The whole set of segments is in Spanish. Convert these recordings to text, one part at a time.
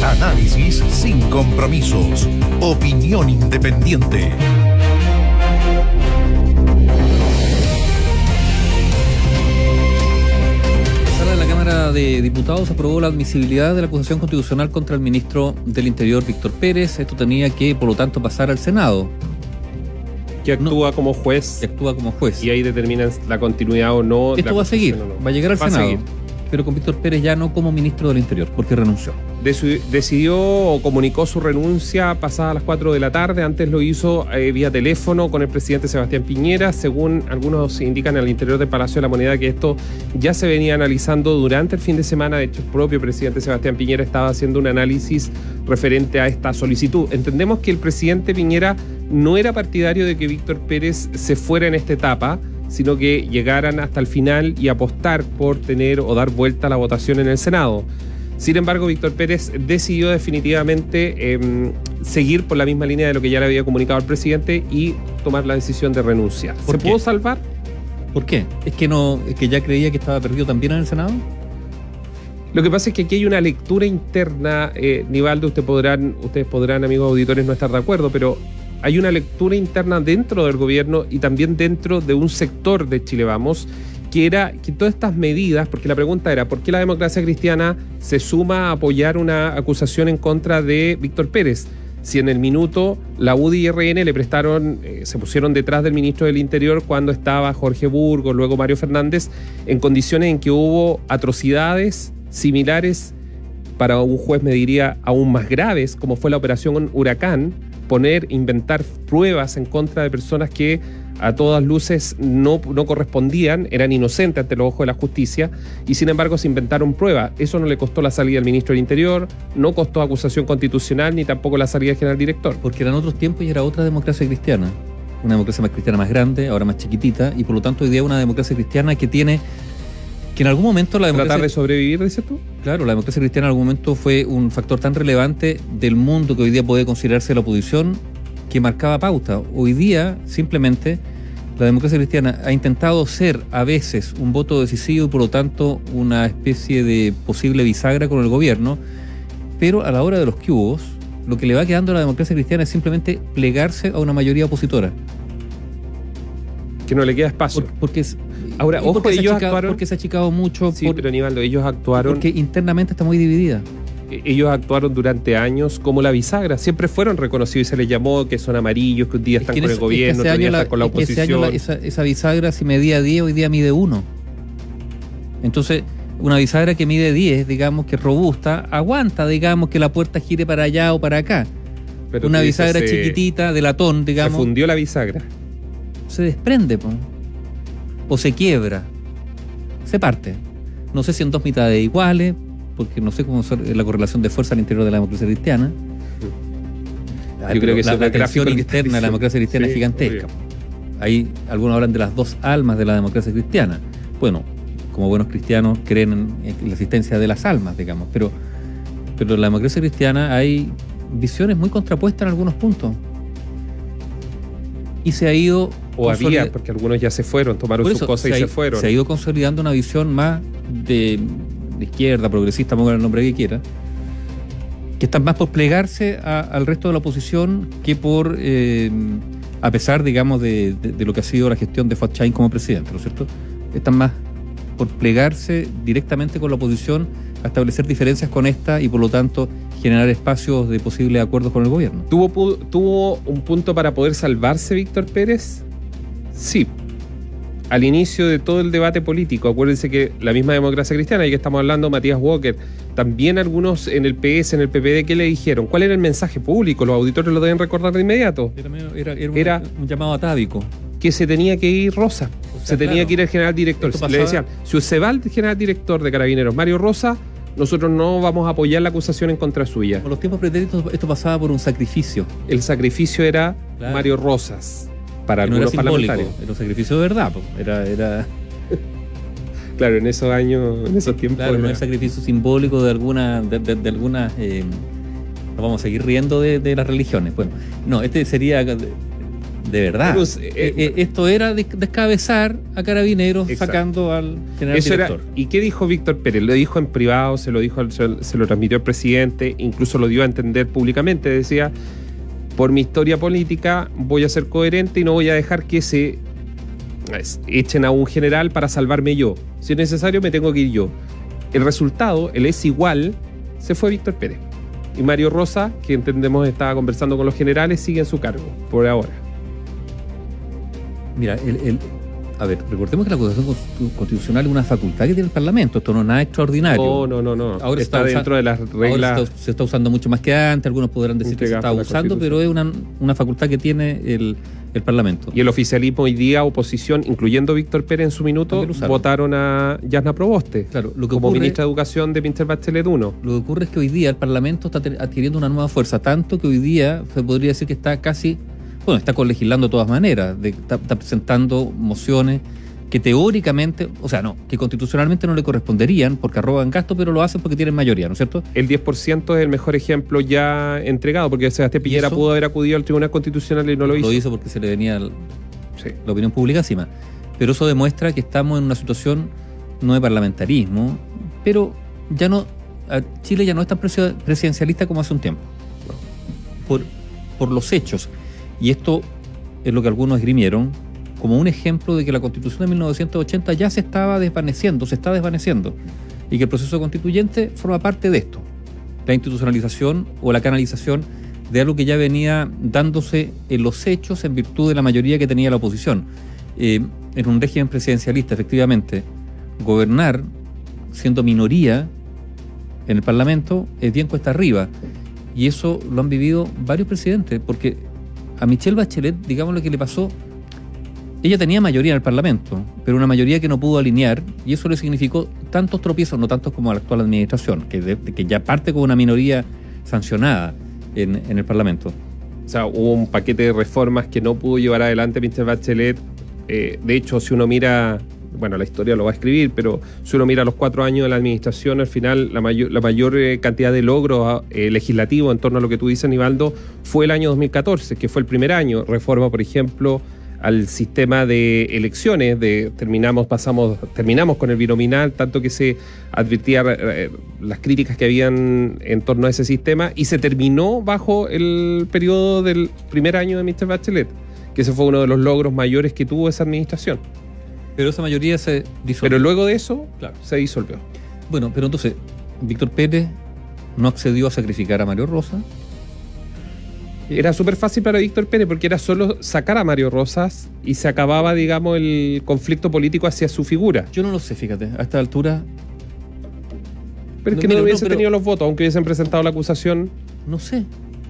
Análisis sin compromisos. Opinión independiente. La Cámara de Diputados aprobó la admisibilidad de la acusación constitucional contra el ministro del Interior, Víctor Pérez. Esto tenía que, por lo tanto, pasar al Senado. Que actúa como juez. Que actúa como juez. Y ahí determinan la continuidad o no. Esto va a seguir, va a llegar al Senado. Pero con Víctor Pérez ya no como ministro del Interior, porque renunció. Decidió o comunicó su renuncia pasada las 4 de la tarde. Antes lo hizo vía teléfono con el presidente Sebastián Piñera. Según algunos indican al interior del Palacio de la Moneda que esto ya se venía analizando durante el fin de semana. De hecho, el propio presidente Sebastián Piñera estaba haciendo un análisis referente a esta solicitud. Entendemos que el presidente Piñera no era partidario de que Víctor Pérez se fuera en esta etapa, sino que llegaran hasta el final y apostar por tener o dar vuelta a la votación en el Senado. Sin embargo, Víctor Pérez decidió definitivamente seguir por la misma línea de lo que ya le había comunicado al presidente y tomar la decisión de renunciar. ¿Se pudo salvar? ¿Por qué? ¿Es que ya creía que estaba perdido también en el Senado? Lo que pasa es que aquí hay una lectura interna, Nivaldo, ustedes podrán, amigos auditores, no estar de acuerdo, pero hay una lectura interna dentro del gobierno y también dentro de un sector de Chile Vamos, que era que todas estas medidas, porque la pregunta era, ¿por qué la democracia cristiana se suma a apoyar una acusación en contra de Víctor Pérez? Si en el minuto la UDI y RN le prestaron, se pusieron detrás del ministro del Interior cuando estaba Jorge Burgos, luego Mario Fernández, en condiciones en que hubo atrocidades similares, para un juez me diría aún más graves, como fue la operación Huracán, inventar pruebas en contra de personas que a todas luces no correspondían, eran inocentes ante los ojos de la justicia, y sin embargo se inventaron pruebas. Eso no le costó la salida al ministro del Interior, no costó acusación constitucional, ni tampoco la salida del general director. Porque eran otros tiempos y era otra democracia cristiana. Una democracia más cristiana más grande, ahora más chiquitita, y por lo tanto hoy día una democracia cristiana que tiene... que en algún momento la democracia... ¿Tratar de sobrevivir, dices tú? Claro, la democracia cristiana en algún momento fue un factor tan relevante del mundo que hoy día puede considerarse la oposición, que marcaba pauta. Hoy día, simplemente, la democracia cristiana ha intentado ser a veces un voto decisivo y por lo tanto una especie de posible bisagra con el gobierno, pero a la hora de los cubos, lo que le va quedando a la democracia cristiana es simplemente plegarse a una mayoría opositora. Que no le queda espacio. Porque ahora, ojo, ellos actuaron... Porque se ha achicado mucho. Sí, pero Nivaldo, ellos actuaron... Porque internamente está muy dividida. Ellos actuaron durante años como la bisagra. Siempre fueron reconocidos y se les llamó que son amarillos, que un día están con el gobierno, otro día están con la oposición. Esa bisagra, si medía 10, hoy día mide 1. Entonces, una bisagra que mide 10, digamos, que es robusta, aguanta, digamos, que la puerta gire para allá o para acá. Pero una bisagra chiquitita, de latón, digamos... Se fundió la bisagra. Se desprende, o se quiebra, se parte. No sé si en dos mitades iguales, porque no sé cómo es la correlación de fuerza al interior de la democracia cristiana. Yo creo que la tensión interna de la democracia cristiana es gigantesca. Ahí algunos hablan de las dos almas de la democracia cristiana. Bueno, como buenos cristianos creen en la existencia de las almas, digamos, pero en la democracia cristiana hay visiones muy contrapuestas en algunos puntos. Y se ha ido... O había, porque algunos ya se fueron, tomaron sus cosas y se fueron. Se ha ido consolidando una visión más de izquierda, progresista, pongan el nombre que quiera, que están más por plegarse al resto de la oposición que por, a pesar, digamos, de lo que ha sido la gestión de Fuad Chaín como presidente, ¿no es cierto? Están más por plegarse directamente con la oposición a establecer diferencias con esta y por lo tanto generar espacios de posibles acuerdos con el gobierno. ¿Tuvo un punto para poder salvarse Víctor Pérez? Sí. Al inicio de todo el debate político, acuérdense que la misma democracia cristiana, y que estamos hablando, Matías Walker, también algunos en el PS, en el PPD, ¿qué le dijeron? ¿Cuál era el mensaje público? Los auditores lo deben recordar de inmediato. Era un llamado atávico. Que se tenía que ir Rosa, tenía que ir el general director. Le decían, si se va el general director de Carabineros, Mario Rosa, nosotros no vamos a apoyar la acusación en contra suya. Por los tiempos pretéritos, esto pasaba por un sacrificio. El sacrificio era Mario Rosas. Para algunos parlamentarios. Era un sacrificio de verdad, era... Claro, en esos años, en esos tiempos... Claro, no es sacrificio simbólico de algunas... nos vamos a seguir riendo de las religiones. Bueno, no, este sería... de verdad. Pero, esto era descabezar a Carabineros. Exacto. Sacando al general eso director. ¿Y qué dijo Víctor Pérez? Lo dijo en privado, se lo transmitió el presidente, incluso lo dio a entender públicamente. Decía, por mi historia política voy a ser coherente y no voy a dejar que se echen a un general para salvarme yo. Si es necesario me tengo que ir yo. El resultado, el es igual, se fue Víctor Pérez. Y Mario Rosa, que entendemos estaba conversando con los generales, sigue en su cargo, por ahora. Mira, a ver, recordemos que la acusación constitucional es una facultad que tiene el Parlamento. Esto no es nada extraordinario. No. Ahora está dentro de las reglas. Ahora se está usando mucho más que antes. Algunos podrán decir que se está abusando, pero es una facultad que tiene el Parlamento. Y el oficialismo hoy día, oposición, incluyendo Víctor Pérez en su minuto, votaron a Yasna Proboste, claro, como ministra de Educación de Michelle Bachelet 1. Lo que ocurre es que hoy día el Parlamento está adquiriendo una nueva fuerza, tanto que hoy día se podría decir que está casi... Bueno, está colegislando de todas maneras, está presentando mociones que teóricamente, o sea, no, que constitucionalmente no le corresponderían porque arrogan gasto, pero lo hacen porque tienen mayoría, ¿no es cierto? El 10% es el mejor ejemplo ya entregado, porque Sebastián Piñera pudo haber acudido al Tribunal Constitucional y no lo hizo. Lo hizo porque se le venía la opinión pública encima. Pero eso demuestra que estamos en una situación no de parlamentarismo, pero ya no, Chile ya no es tan presidencialista como hace un tiempo. Por los hechos. Y esto es lo que algunos esgrimieron como un ejemplo de que la Constitución de 1980 ya se está desvaneciendo, y que el proceso constituyente forma parte de esto, la institucionalización o la canalización de algo que ya venía dándose en los hechos en virtud de la mayoría que tenía la oposición. En un régimen presidencialista, efectivamente, gobernar siendo minoría en el Parlamento es bien cuesta arriba, y eso lo han vivido varios presidentes, porque a Michelle Bachelet, digamos lo que le pasó, ella tenía mayoría en el Parlamento, pero una mayoría que no pudo alinear, y eso le significó tantos tropiezos, no tantos como a la actual administración, que ya parte con una minoría sancionada en el Parlamento. O sea, hubo un paquete de reformas que no pudo llevar adelante Michelle Bachelet. De hecho, si uno mira, bueno, la historia lo va a escribir, pero si uno mira los 4 años de la administración, al final la mayor cantidad de logros legislativos en torno a lo que tú dices, Nivaldo, fue el año 2014, que fue el primer año. Reforma, por ejemplo, al sistema de elecciones, terminamos con el binominal, tanto que se advertía las críticas que habían en torno a ese sistema, y se terminó bajo el periodo del primer año de Michelle Bachelet, que ese fue uno de los logros mayores que tuvo esa administración. Pero esa mayoría se disolvió. Pero luego de eso, claro, se disolvió. Bueno, pero entonces, Víctor Pérez no accedió a sacrificar a Mario Rosa. Era súper fácil para Víctor Pérez porque era solo sacar a Mario Rosas y se acababa, digamos, el conflicto político hacia su figura. Yo no lo sé, fíjate, a esta altura. Pero es que no hubiese tenido los votos, aunque hubiesen presentado la acusación. No sé.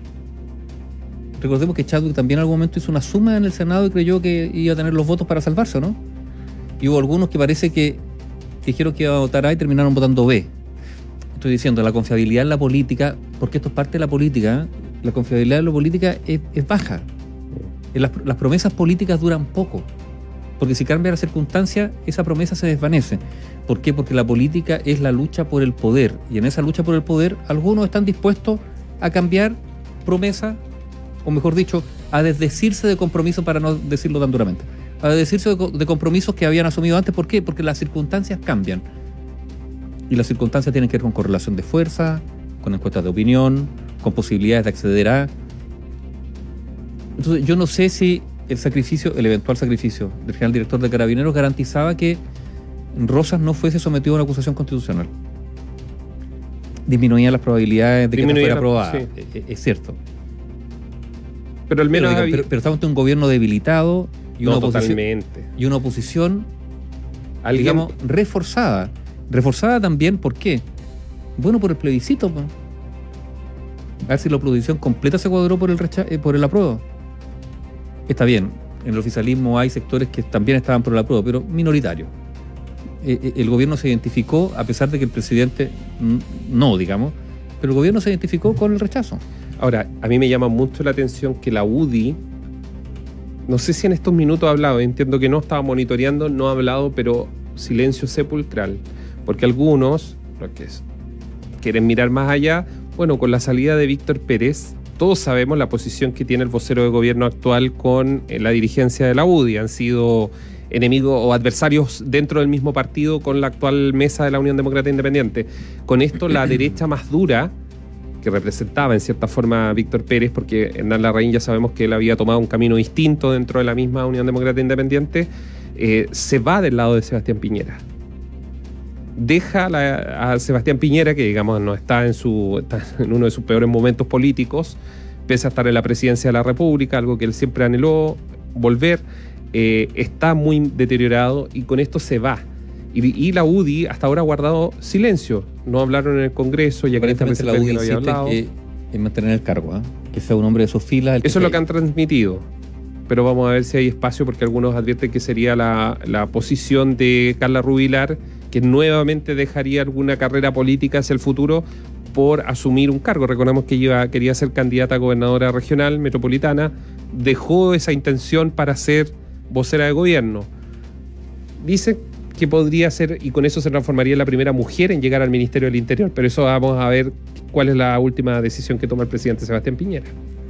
Recordemos que Chadwick también en algún momento hizo una suma en el Senado y creyó que iba a tener los votos para salvarse, ¿no? Y hubo algunos que parece que dijeron que iban a votar A y terminaron votando B. Estoy diciendo, la confiabilidad en la política, porque esto es parte de la política, la confiabilidad en la política es baja. Las promesas políticas duran poco, porque si cambia la circunstancia, esa promesa se desvanece. ¿Por qué? Porque la política es la lucha por el poder, y en esa lucha por el poder, algunos están dispuestos a cambiar promesas, o mejor dicho, a desdecirse de compromisos, para no decirlo tan duramente, a desdecirse de compromisos que habían asumido antes. ¿Por qué? Porque las circunstancias cambian. Y las circunstancias tienen que ver con correlación de fuerza, con encuestas de opinión, con posibilidades de acceder a... Entonces, yo no sé si el eventual sacrificio del general director de Carabineros garantizaba que Rosas no fuese sometido a una acusación constitucional. Disminuía las probabilidades de que no fuera aprobada. Sí. Es cierto. Pero al menos pero estamos en un gobierno debilitado y una oposición digamos, reforzada. Reforzada también, ¿por qué? Bueno, por el plebiscito. A ver si la oposición completa se cuadró por el apruebo. Está bien, en el oficialismo hay sectores que también estaban por el apruebo, pero minoritarios. El gobierno se identificó, a pesar de que el presidente no, digamos, pero el gobierno se identificó con el rechazo. Ahora, a mí me llama mucho la atención que la UDI, no sé si en estos minutos ha hablado, entiendo que no estaba monitoreando, no ha hablado, pero silencio sepulcral, porque algunos, los que quieren mirar más allá, bueno, con la salida de Víctor Pérez, todos sabemos la posición que tiene el vocero de gobierno actual con la dirigencia de la UDI. Han sido enemigos o adversarios dentro del mismo partido con la actual mesa de la Unión Demócrata Independiente. Con esto, la derecha más dura, que representaba en cierta forma a Víctor Pérez, porque Hernán Larraín ya sabemos que él había tomado un camino distinto dentro de la misma Unión Demócrata Independiente, se va del lado de Sebastián Piñera. Deja a Sebastián Piñera, que digamos no está en uno de sus peores momentos políticos, pese a estar en la presidencia de la República, algo que él siempre anheló volver, está muy deteriorado y con esto se va. Y la UDI hasta ahora ha guardado silencio. No hablaron en el Congreso, ya que la UDI no había hablado. En mantener el cargo, que sea un hombre de sus filas. Eso es lo que han transmitido. Pero vamos a ver si hay espacio, porque algunos advierten que sería la posición de Carla Rubilar, que nuevamente dejaría alguna carrera política hacia el futuro por asumir un cargo. Recordemos que quería ser candidata a gobernadora regional, metropolitana, dejó esa intención para ser vocera de gobierno. Dice que podría ser, y con eso se transformaría en la primera mujer en llegar al Ministerio del Interior, pero eso vamos a ver cuál es la última decisión que toma el presidente Sebastián Piñera.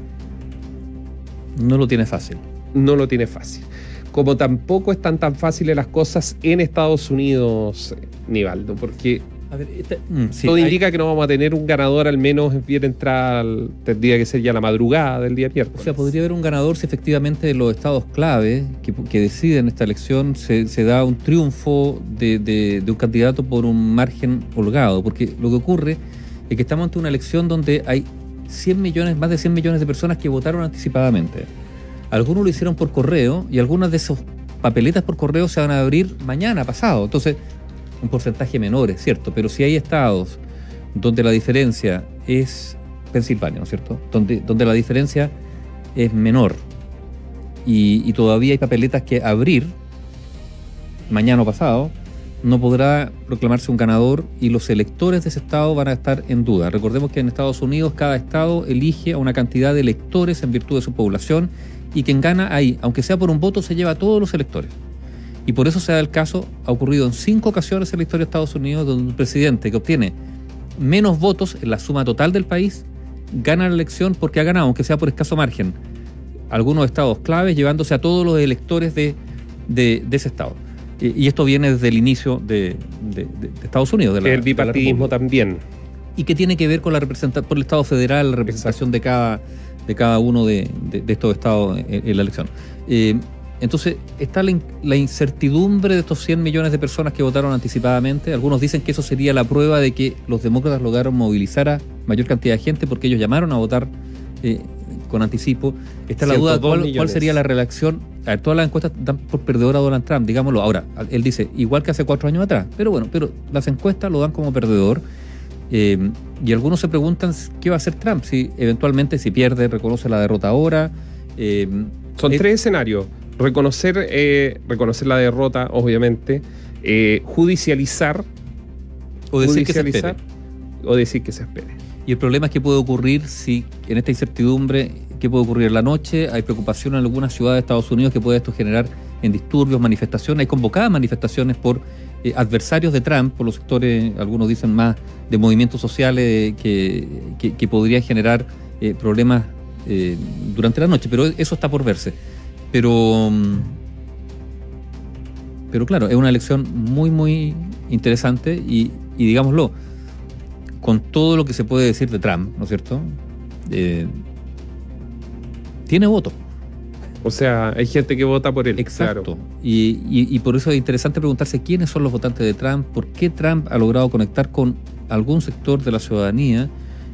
No lo tiene fácil. No lo tiene fácil. Como tampoco están tan fáciles las cosas en Estados Unidos, Nivaldo, porque todo indica que no vamos a tener un ganador, al menos en bien entrada, tendría que ser ya la madrugada del día miércoles. O sea, podría haber un ganador si efectivamente de los estados clave que deciden esta elección se da un triunfo de un candidato por un margen holgado, porque lo que ocurre es que estamos ante una elección donde hay más de 100 millones de personas que votaron anticipadamente. Algunos lo hicieron por correo y algunas de esas papeletas por correo se van a abrir mañana, pasado. Entonces, un porcentaje menor, es cierto, pero si hay estados donde la diferencia es Pensilvania, ¿no es cierto? Donde la diferencia es menor y todavía hay papeletas que abrir mañana o pasado, no podrá proclamarse un ganador y los electores de ese estado van a estar en duda. Recordemos que en Estados Unidos cada estado elige a una cantidad de electores en virtud de su población y quien gana ahí, aunque sea por un voto, se lleva a todos los electores. Y por eso se da el caso, ha ocurrido en 5 ocasiones en la historia de Estados Unidos, donde un presidente que obtiene menos votos en la suma total del país gana la elección porque ha ganado, aunque sea por escaso margen, algunos estados claves, llevándose a todos los electores de ese estado. Y esto viene desde el inicio de Estados Unidos. El bipartidismo también. Y que tiene que ver con la representación por el Estado federal, la representación de cada uno de estos estados en la elección. Entonces, está la incertidumbre de estos 100 millones de personas que votaron anticipadamente. Algunos dicen que eso sería la prueba de que los demócratas lograron movilizar a mayor cantidad de gente porque ellos llamaron a votar con anticipo. Está la duda de cuál sería la reacción. A ver, todas las encuestas dan por perdedor a Donald Trump, digámoslo. Ahora, él dice, igual que hace 4 años atrás. Pero las encuestas lo dan como perdedor. Y algunos se preguntan qué va a hacer Trump, si eventualmente, si pierde, reconoce la derrota ahora. Son 3 escenarios. Reconocer la derrota, obviamente, judicializar o decir que se espere. O decir que se espere. Y el problema es que puede ocurrir si en esta incertidumbre, ¿qué puede ocurrir en la noche? Hay preocupación en algunas ciudades de Estados Unidos que puede esto generar en disturbios, manifestaciones. Hay convocadas manifestaciones por adversarios de Trump, por los sectores, algunos dicen más, de movimientos sociales que podrían generar problemas durante la noche. Pero eso está por verse. Pero claro, es una elección muy, muy interesante y digámoslo, con todo lo que se puede decir de Trump, ¿no es cierto? Tiene voto. O sea, hay gente que vota por él. Exacto. Claro. Y por eso es interesante preguntarse quiénes son los votantes de Trump, por qué Trump ha logrado conectar con algún sector de la ciudadanía.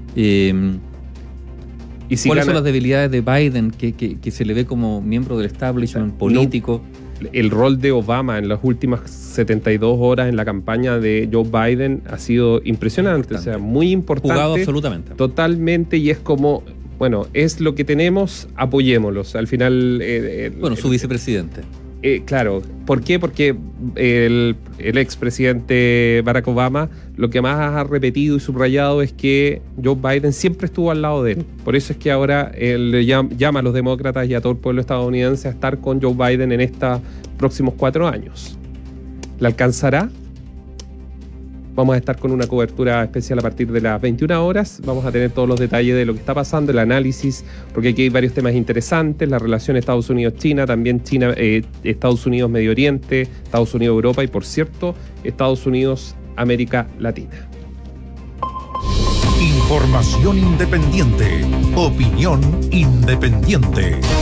¿Y si cuáles son las debilidades de Biden, que se le ve como miembro del establishment político? El rol de Obama en las últimas 72 horas en la campaña de Joe Biden ha sido impresionante, o sea, muy importante. Jugado absolutamente. Totalmente, y es como, bueno, es lo que tenemos, apoyémoslos. Al final... su vicepresidente. Claro, ¿por qué? Porque el expresidente Barack Obama lo que más ha repetido y subrayado es que Joe Biden siempre estuvo al lado de él. Por eso es que ahora él le llama a los demócratas y a todo el pueblo estadounidense a estar con Joe Biden en estos próximos 4 años. ¿Le alcanzará? Vamos a estar con una cobertura especial a partir de las 21 horas. Vamos a tener todos los detalles de lo que está pasando, el análisis, porque aquí hay varios temas interesantes, la relación Estados Unidos-China, también China, Estados Unidos-Medio Oriente, Estados Unidos-Europa y, por cierto, Estados Unidos-América Latina. Información independiente. Opinión independiente.